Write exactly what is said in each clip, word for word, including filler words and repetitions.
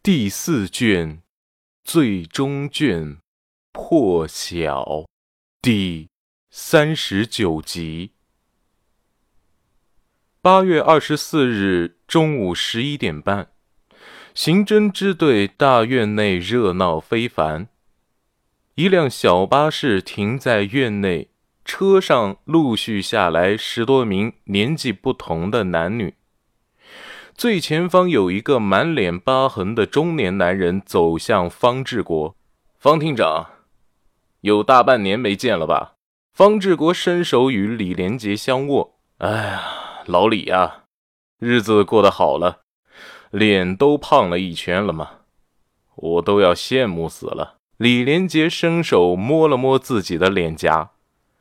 第四卷，最终卷破晓，第三十九集。八月二十四日中午十一点半，刑侦支队大院内热闹非凡。一辆小巴士停在院内，车上陆续下来十多名年纪不同的男女。最前方有一个满脸疤痕的中年男人走向方志国。方厅长，有大半年没见了吧？方志国伸手与李连杰相握。哎呀，老李呀，日子过得好了，脸都胖了一圈了吗？我都要羡慕死了。李连杰伸手摸了摸自己的脸颊。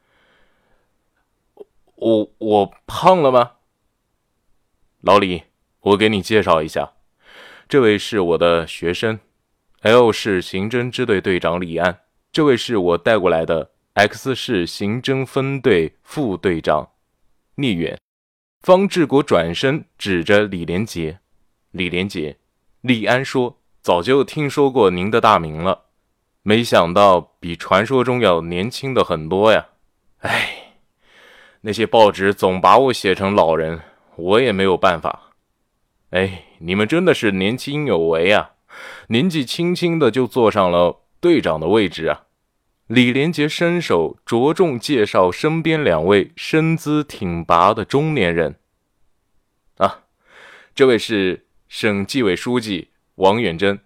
我我胖了吗？老李，我给你介绍一下，这位是我的学生 L 市刑侦支队队长李安，这位是我带过来的 X 市刑侦分队副队长聂远。方志国转身指着李连杰。李连杰，李安说，早就听说过您的大名了，没想到比传说中要年轻的很多呀。哎，那些报纸总把我写成老人，我也没有办法。哎，你们真的是年轻有为啊，年纪轻轻的就坐上了队长的位置啊。李连杰伸手着重介绍身边两位身姿挺拔的中年人。啊，这位是省纪委书记王远征，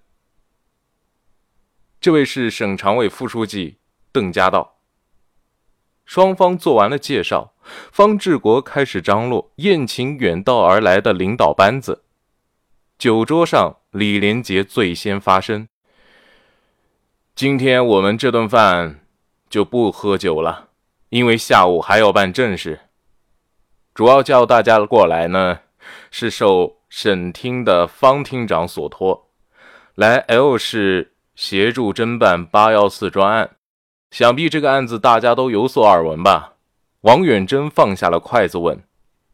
这位是省常委副书记邓家道。双方做完了介绍，方志国开始张罗宴请远道而来的领导班子。酒桌上，李连杰最先发声。今天我们这顿饭就不喝酒了，因为下午还要办正事。主要叫大家过来呢，是受省厅的方厅长所托，来 L 市协助侦办八一四专案。想必这个案子大家都有所耳闻吧？王远征放下了筷子问。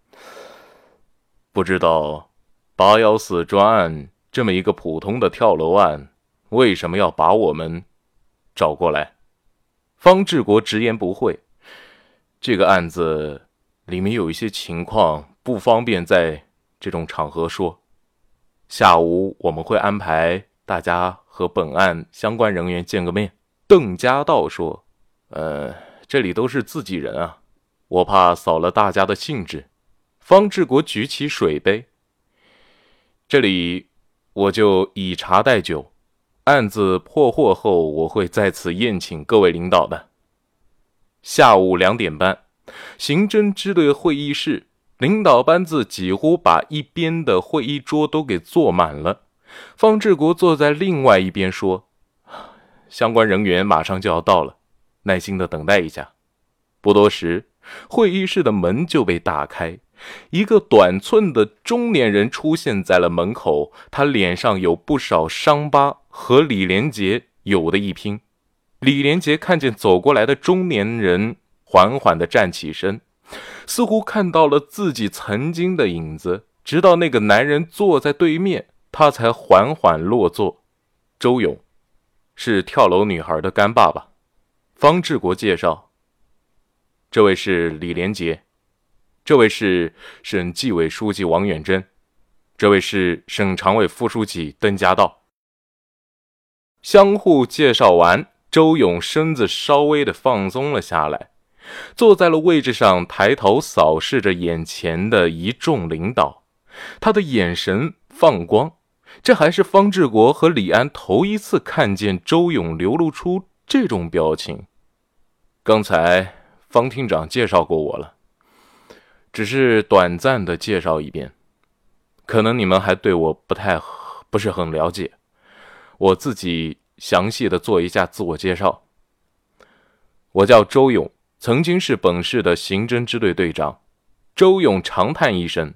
不知道八一四专案这么一个普通的跳楼案，为什么要把我们找过来？方志国直言不讳，这个案子里面有一些情况不方便在这种场合说，下午我们会安排大家和本案相关人员见个面。邓家道说，呃，这里都是自己人啊，我怕扫了大家的兴致。方志国举起水杯，这里我就以茶代酒，案子破获后我会在此宴请各位领导的。下午两点半，刑侦支队会议室，领导班子几乎把一边的会议桌都给坐满了。方志国坐在另外一边说，相关人员马上就要到了，耐心的等待一下。不多时，会议室的门就被打开，一个短寸的中年人出现在了门口，他脸上有不少伤疤，和李连杰有的一拼。李连杰看见走过来的中年人，缓缓地站起身，似乎看到了自己曾经的影子，直到那个男人坐在对面，他才缓缓落座。周勇，是跳楼女孩的干爸爸。方志国介绍，这位是李连杰，这位是省纪委书记王远征，这位是省常委副书记邓家道。相互介绍完，周勇身子稍微的放松了下来，坐在了位置上，抬头扫视着眼前的一众领导，他的眼神放光。这还是方志国和李安头一次看见周勇流露出这种表情。刚才方厅长介绍过我了，只是短暂的介绍一遍，可能你们还对我不太不是很了解，我自己详细的做一下自我介绍。我叫周勇，曾经是本市的刑侦支队队长。周勇长叹一声，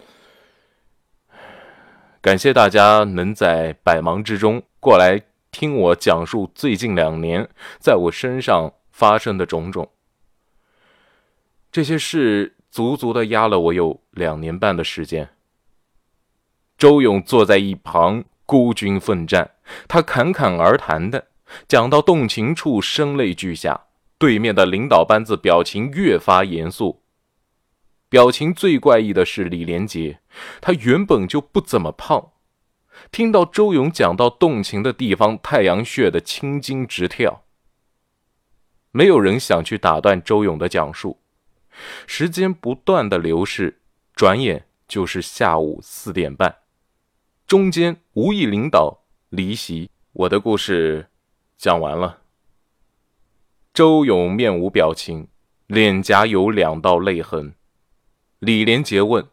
感谢大家能在百忙之中过来听我讲述最近两年在我身上发生的种种。这些事足足的压了我有两年半的时间。周勇坐在一旁孤军奋战，他侃侃而谈的，讲到动情处声泪俱下。对面的领导班子表情越发严肃。表情最怪异的是李连杰，他原本就不怎么胖，听到周勇讲到动情的地方，太阳穴的青筋直跳。没有人想去打断周勇的讲述。时间不断的流逝，转眼就是下午四点半。中间无意领导离席，我的故事讲完了。周勇面无表情，脸颊有两道泪痕。李连杰问：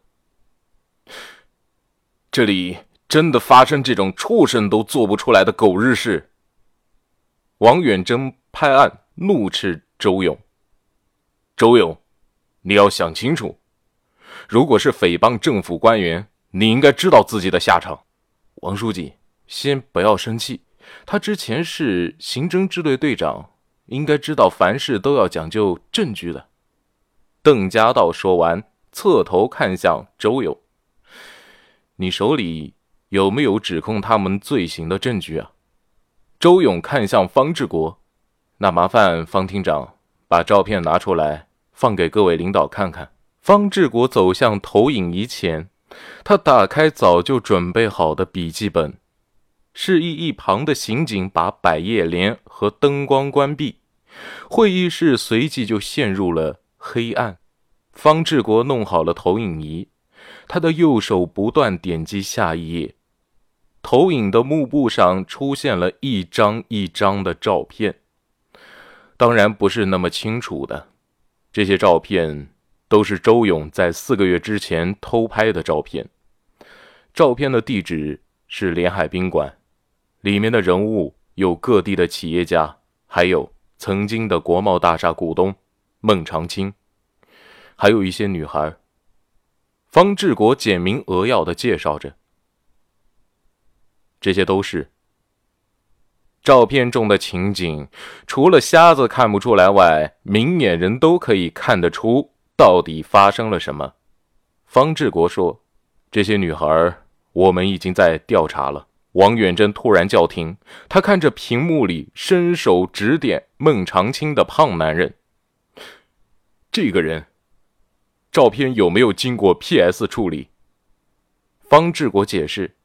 这里真的发生这种畜生都做不出来的狗日事？王远征拍案怒斥周勇：周勇，你要想清楚，如果是诽谤政府官员，你应该知道自己的下场。王书记，先不要生气，他之前是刑侦支队队长，应该知道凡事都要讲究证据的。邓家道说完，侧头看向周勇：你手里有没有指控他们罪行的证据啊？周勇看向方志国：那麻烦方厅长把照片拿出来，放给各位领导看看。方志国走向投影仪前，他打开早就准备好的笔记本，示意一旁的刑警把百叶帘和灯光关闭，会议室随即就陷入了黑暗。方志国弄好了投影仪，他的右手不断点击下一页，投影的幕布上出现了一张一张的照片，当然不是那么清楚的，这些照片都是周勇在四个月之前偷拍的照片。照片的地址是连海宾馆，里面的人物有各地的企业家，还有曾经的国贸大厦股东孟长青，还有一些女孩。方志国简明扼要地介绍着，这些都是照片中的情景，除了瞎子看不出来外，明眼人都可以看得出到底发生了什么。方志国说，这些女孩我们已经在调查了。王远征突然叫停，他看着屏幕里伸手指点孟长青的胖男人：这个人照片有没有经过 P S 处理？方志国解释：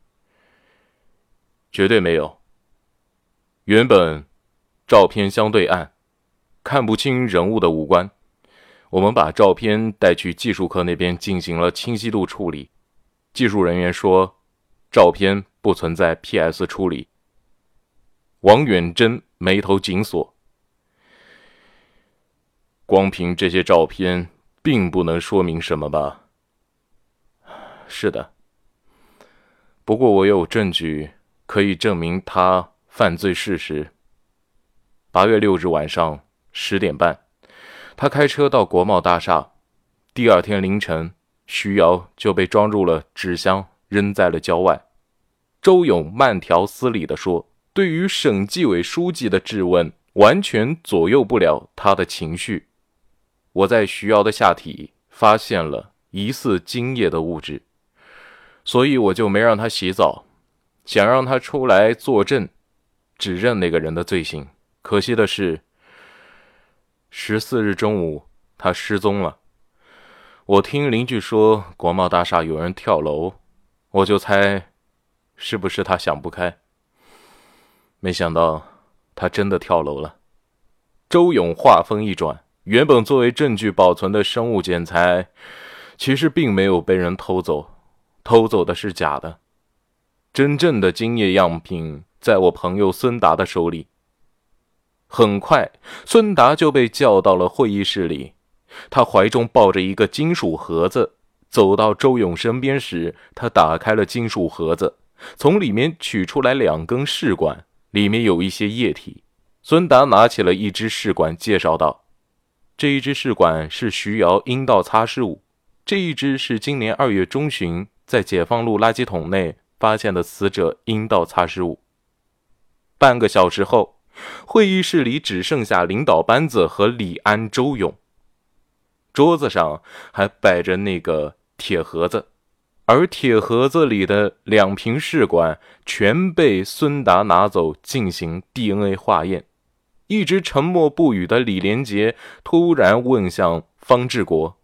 绝对没有。原本照片相对暗，看不清人物的五官，我们把照片带去技术科那边进行了清晰度处理。技术人员说，照片不存在 P S 处理。王远征眉头紧锁，光凭这些照片并不能说明什么吧？是的，不过我有证据可以证明他犯罪事实。八月六日晚上十点半，他开车到国贸大厦，第二天凌晨，徐瑶就被装入了纸箱，扔在了郊外。周勇慢条斯理地说，对于省纪委书记的质问，完全左右不了他的情绪。我在徐瑶的下体发现了疑似精液的物质，所以我就没让他洗澡，想让他出来作证，指认那个人的罪行。可惜的是，十四日中午他失踪了。我听邻居说国贸大厦有人跳楼，我就猜是不是他想不开，没想到他真的跳楼了。周勇话锋一转，原本作为证据保存的生物检材其实并没有被人偷走，偷走的是假的，真正的精液样品在我朋友孙达的手里。很快孙达就被叫到了会议室里，他怀中抱着一个金属盒子，走到周勇身边时，他打开了金属盒子，从里面取出来两根试管，里面有一些液体。孙达拿起了一支试管，介绍道，这一支试管是徐瑶阴道擦拭物，这一支是今年二月中旬在解放路垃圾桶内发现的死者阴道擦拭物。半个小时后，会议室里只剩下领导班子和李安、周勇，桌子上还摆着那个铁盒子， 而铁盒子里的两瓶试管全被孙达拿走进行 D N A 化验。一直沉默不语的李连杰突然问向方志国：“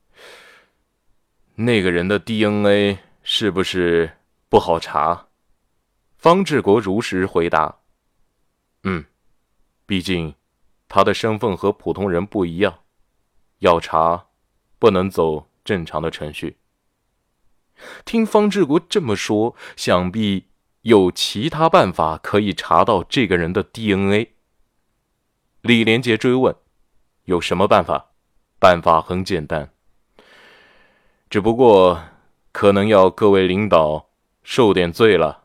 那个人的 D N A 是不是不好查？”方志国如实回答：“嗯，毕竟他的身份和普通人不一样，要查不能走正常的程序。”听方志国这么说，想必有其他办法可以查到这个人的 D N A。李连杰追问：“有什么办法？”办法很简单，只不过可能要各位领导受点罪了。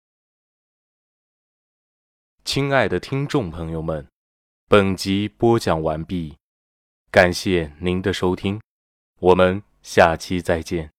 亲爱的听众朋友们，本集播讲完毕，感谢您的收听，我们下期再见。